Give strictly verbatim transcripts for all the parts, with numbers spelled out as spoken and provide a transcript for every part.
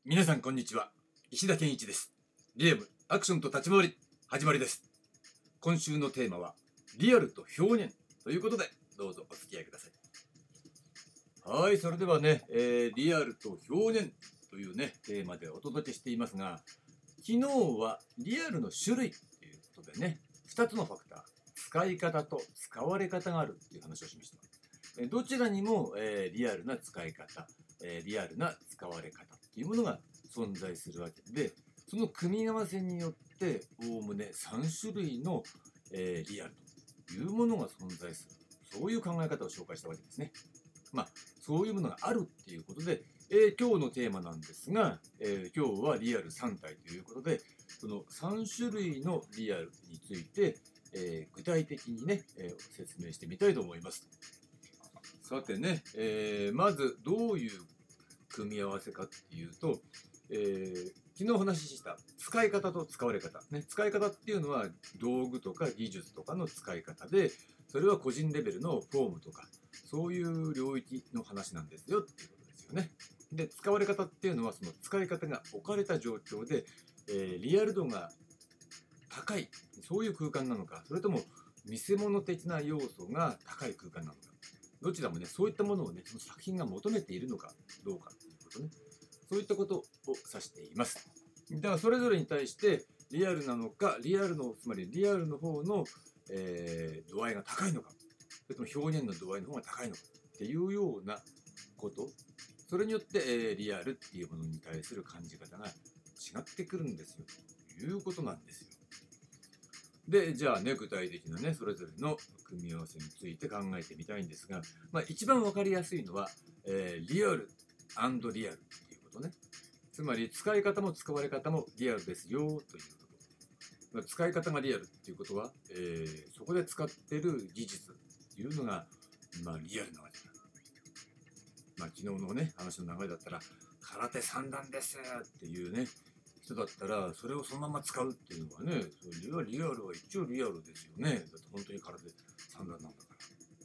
皆さんこんにちは。石田健一です。ゲームアクションと立ち回り始まりです。今週のテーマはリアルと表現ということで、どうぞお付き合いください。はい、それではね、えー、リアルと表現というねテーマでお届けしていますが、昨日はリアルの種類ということでね、ふたつのファクター、使い方と使われ方があるっていう話をしました。どちらにも、えー、リアルな使い方、えー、リアルな使われ方っていうものが存在するわけで、その組み合わせによっておおむねさん種類の、えー、リアルというものが存在する、そういう考え方を紹介したわけですね。まあそういうものがあるっていうことで、えー、今日のテーマなんですが、えー、今日はリアルさん体ということで、そのさん種類のリアルについて、えー、具体的にね、えー、説明してみたいと思います。さてね、えー、まずどういう組み合わせかっていうと、えー、昨日お話しした使い方と使われ方、ね、使い方っていうのは道具とか技術とかの使い方で、それは個人レベルのフォームとかそういう領域の話なんですよっていうことですよね。で、使われ方っていうのはその使い方が置かれた状況で、えー、リアル度が高い、そういう空間なのか、それとも見せ物的な要素が高い空間なのか、どちらもね、そういったものをね、その作品が求めているのかどうかということね、そういったことを指しています。だからそれぞれに対してリアルなのか、リアルの、つまりリアルの方の、えー、度合いが高いのか、それとも表現の度合いの方が高いのかっていうようなこと、それによって、えー、リアルっていうものに対する感じ方が違ってくるんですよということなんですよ。で、じゃあね、具体的なね、それぞれの組み合わせについて考えてみたいんですが、まあ、一番わかりやすいのは、えー、リアル&リアルっていうことね。つまり、使い方も使われ方もリアルですよということ。まあ、使い方がリアルっていうことは、えー、そこで使っている技術というのが、まあ、リアルなわけだ。まあ、昨日のね、話の流れだったら、空手三段ですっていうね、人だったら、それをそのまま使うっていうのはね、それリアルは一応リアルですよね。だって本当に空手三段なんだから。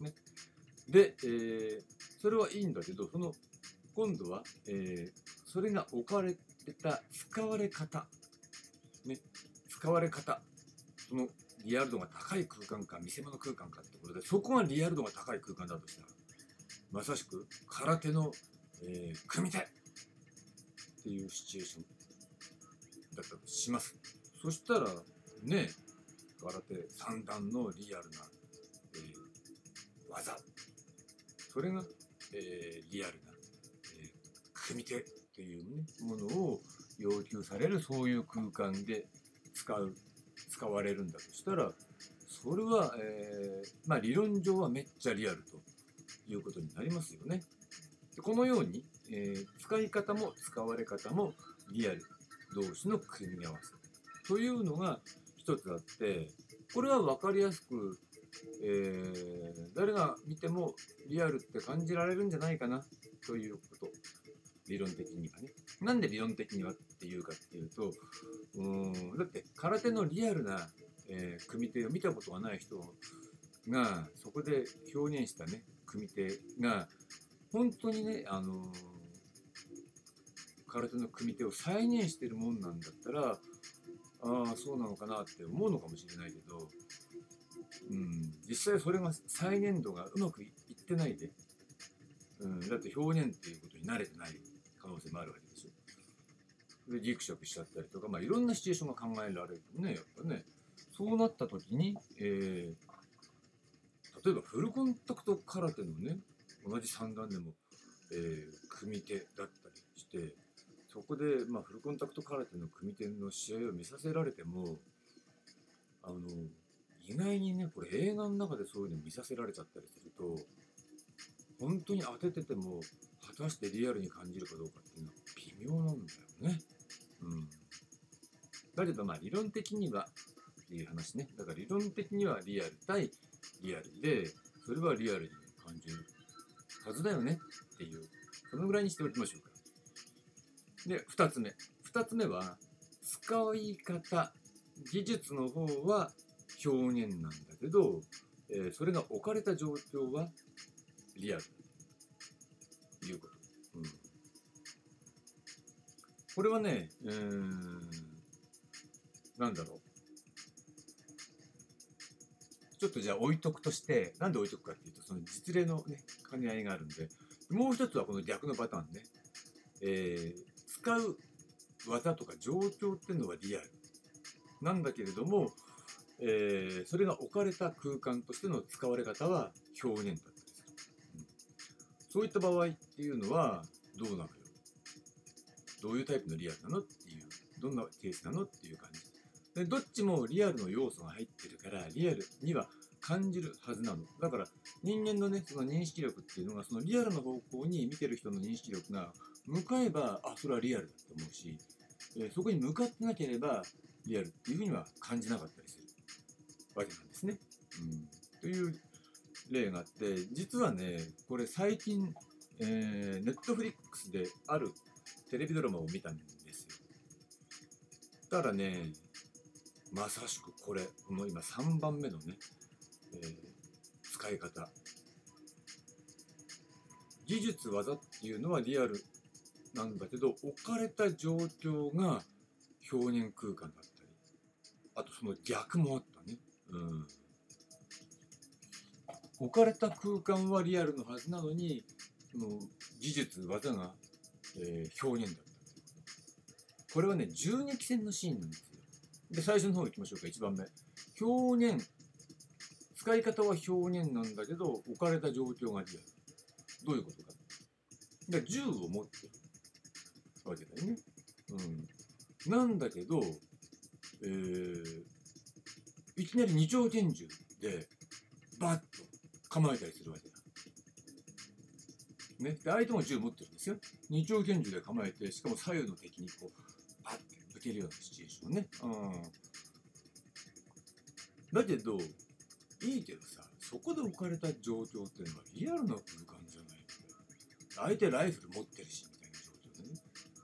ね。で、えー、それはいいんだけど、その、今度は、えー、それが置かれてた使われ方、ね、使われ方、そのリアル度が高い空間か、見せ物空間かってことで、そこがリアル度が高い空間だとしたら、まさしく空手の、えー、組手っていうシチュエーションだったとします。そしたらね、空手三段のリアルな、えー、技、それが、えー、リアルな、えー、組手っていう、ね、ものを要求される、そういう空間で使う使われるんだとしたら、それは、えー、まあ理論上はめっちゃリアルということになりますよね。でこのように、えー、使い方も使われ方もリアル同士の組み合わせというのが一つあって、これは分かりやすく、えー、誰が見てもリアルって感じられるんじゃないかなということ。理論的にはね。なんで理論的にはっていうかっていうと、うーんだって空手のリアルな、えー、組手を見たことがない人がそこで表現したね組手が本当にね、あのー、空手の組手を再現してるもんなんだったら、ああそうなのかなって思うのかもしれないけど、うん、実際それが再現度がうまくいってないで、うん、だって表現っていうことに慣れてない可能性もあるわけでしょ。でギクシャクしちゃったりとか、まあ、いろんなシチュエーションが考えられるね、やっぱね。そうなった時に、えー、例えばフルコンタクト空手のね、同じ三段でも、えー、組手だったりして、そこで、まあ、フルコンタクト空手の組手の試合を見させられても、あの意外にね、これ映画の中でそういうの見させられちゃったりすると、本当に当ててても果たしてリアルに感じるかどうかっていうのは微妙なんだよね。うん。だけどまあ理論的にはっていう話ね。だから理論的にはリアル対リアルで、それはリアルに感じるはずだよねっていう、そのぐらいにしておきましょうか。で、ふたつめ。ふたつめは、使い方、技術の方は表現なんだけど、えー、それが置かれた状況はリアルということ。うん、 これはね、うーん、なんだろう。ちょっとじゃあ置いとくとして、なんで置いとくかっていうと、その実例のね、兼ね合いがあるんで、もう一つはこの逆のパターンね。えー、使う技とか状況っていうのはリアルなんだけれども、えー、それが置かれた空間としての使われ方は表現だったりする。うん、そういった場合っていうのはどうなのよ。どういうタイプのリアルなのっていう、どんなケースなのっていう感じ。でどっちもリアルの要素が入ってるから、リアルには感じるはずなの。だから人間のね、その認識力っていうのが、そのリアルの方向に見てる人の認識力が向かえば、あ、それはリアルだと思うし、えーそこに向かってなければリアルっていうふうには感じなかったりするわけなんですね。うん、という例があって、実はね、これ最近、えー、ネットフリックスであるテレビドラマを見たんですよ。だからね、まさしくこれ、この今さんばんめのね、えー使い方。技術技っていうのはリアルなんだけど、置かれた状況が表現空間だったり、あとその逆もあったね。うん、置かれた空間はリアルのはずなのに、その技術技が、えー表現だった。これはね、銃撃戦のシーンなんですよ。で、最初の方行きましょうか。いちばんめ、表現。使い方は表現なんだけど、置かれた状況がリアル。どういうことか。で銃を持ってるわけだよね。うん、なんだけど、えー、いきなり二丁拳銃でバッと構えたりするわけだ。ね、で相手も銃持ってるんですよ。二丁拳銃で構えて、しかも左右の敵にこうバッて向けるようなシチュエーションね。うん、だけど、いいけどさ、そこで置かれた状況っていうのはリアルな空間じゃない。相手ライフル持ってるしみたいな状況でね。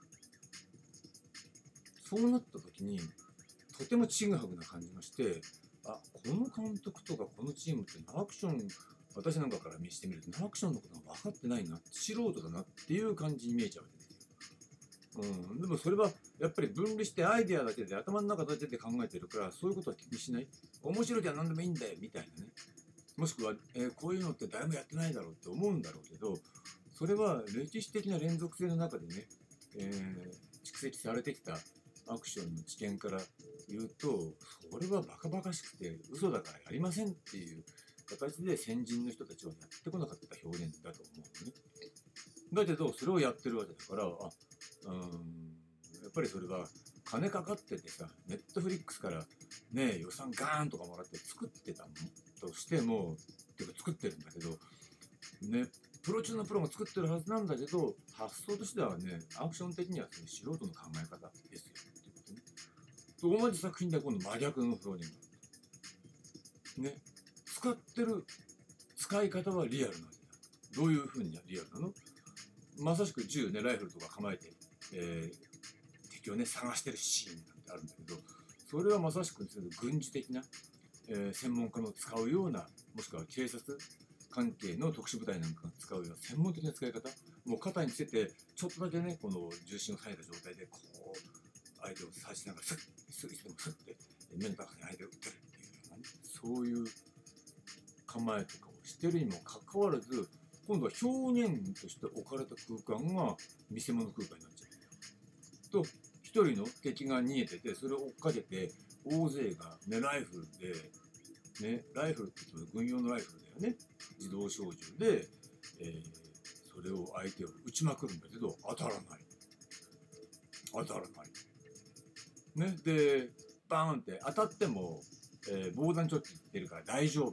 そうなった時にとてもちぐはぐな感じがして、あ、この監督とかこのチームってアクション、私なんかから見してみるとアクションのことが分かってないな、素人だなっていう感じに見えちゃうわけですよ。うん、でもそれはやっぱり分離してアイデアだけで頭の中だけで考えてるから、そういうことは気にしない。面白いきゃ何でもいいんだよみたいなね。もしくは、えーこういうのって誰もやってないだろうって思うんだろうけど、それは歴史的な連続性の中でね、えー蓄積されてきたアクションの知見から言うと、それはバカバカしくて嘘だからやりませんっていう形で先人の人たちはやってこなかった表現だと思うのね。だけどそれをやってるわけだから、あ、うーん、やっぱりそれは金かかっててさ、ネットフリックスからね、予算ガーンとかもらって作ってたとしても、ていうか作ってるんだけど、ね、プロ中のプロが作ってるはずなんだけど、発想としてはね、アクション的にはそれ素人の考え方ですよっていうことね。と同じ作品では今度真逆の表現がね、使ってる使い方はリアルなんだ。どういうふうにリアルなの？まさしく銃ね、ライフルとか構えて、えー、敵をね探してるシーンなんてあるんだけど、それはまさしく軍事的な、えー専門家の使うような、もしくは警察関係の特殊部隊なんかが使うような専門的な使い方。もう肩につけてちょっとだけね、この重心を下げた状態でこう相手を刺しながらスッスッいつでもスッて目の中に相手を撃ってるっていうようなね、そういう構えとかをしてるにもかかわらず、今度は表現として置かれた空間が見せ物空間になっちゃうと、一人の敵が逃げてて、それを追っかけて大勢が、ね、ライフルで、ね、ライフルって言うと軍用のライフルだよね、自動小銃で、えーそれを相手を撃ちまくるんだけど当たらない当たらないね。でバーンって当たっても、えー防弾チョッキ出るから大丈夫、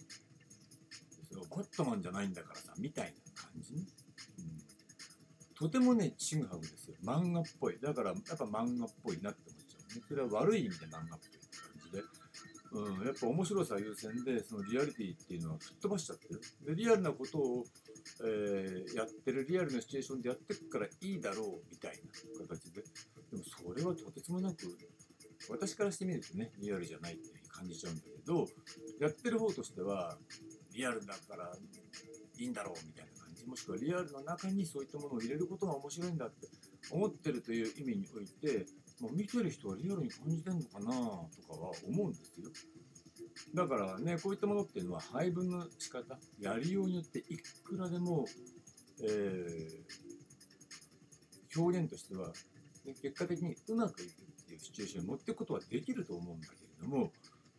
バットマンじゃないんだからさみたいな感じね、うん、とてもねちぐはぐですよ。漫画っぽい。だからやっぱ漫画っぽいなって思っちゃうね。それは悪い意味で漫画っぽいって感じで、うん、やっぱ面白さ優先でそのリアリティっていうのは吹っ飛ばしちゃってる。でリアルなことを、えーやってる、リアルなシチュエーションでやってくからいいだろうみたいな形で、でもそれはとてつもなく私からしてみるとねリアルじゃないって感じちゃうんだけど、やってる方としてはリアルだからいいんだろうみたいな感じ、もしくはリアルの中にそういったものを入れることが面白いんだって思ってるという意味において、まあ、見てる人はリアルに感じてるのかなとかは思うんですよ。だからね、こういったものっていうのは配分の仕方、やりようによっていくらでも、えー表現としては、ね、結果的にうまくいくっていうシチュエーションに持っていくことはできると思うんだけれども、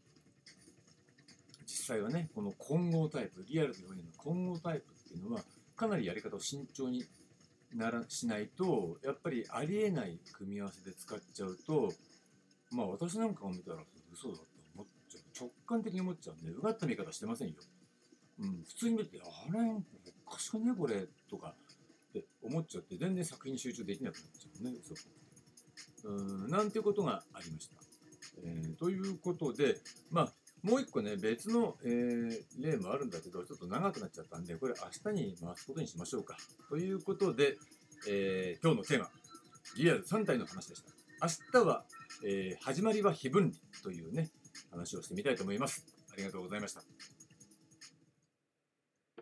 実際はね、この混合タイプ、リアルと表現の混合タイプっていうのは、かなりやり方を慎重にならしないと、やっぱりありえない組み合わせで使っちゃうと、まあ私なんかを見たら嘘だって思っちゃう。直感的に思っちゃうんで、うがった見方してませんよ。うん、普通に見て、あれ、おかしくねこれとかって思っちゃって、全然作品に集中できなくなっちゃうね、嘘っぽくて。うん、なんていうことがありました。えーということで、まあ、もう一個ね、別の、えー例もあるんだけど、ちょっと長くなっちゃったんで、これ明日に回すことにしましょうか。ということで、えー今日のテーマ、リアルさん体の話でした。明日は、えー始まりは非分離というね、話をしてみたいと思います。ありがとうございました。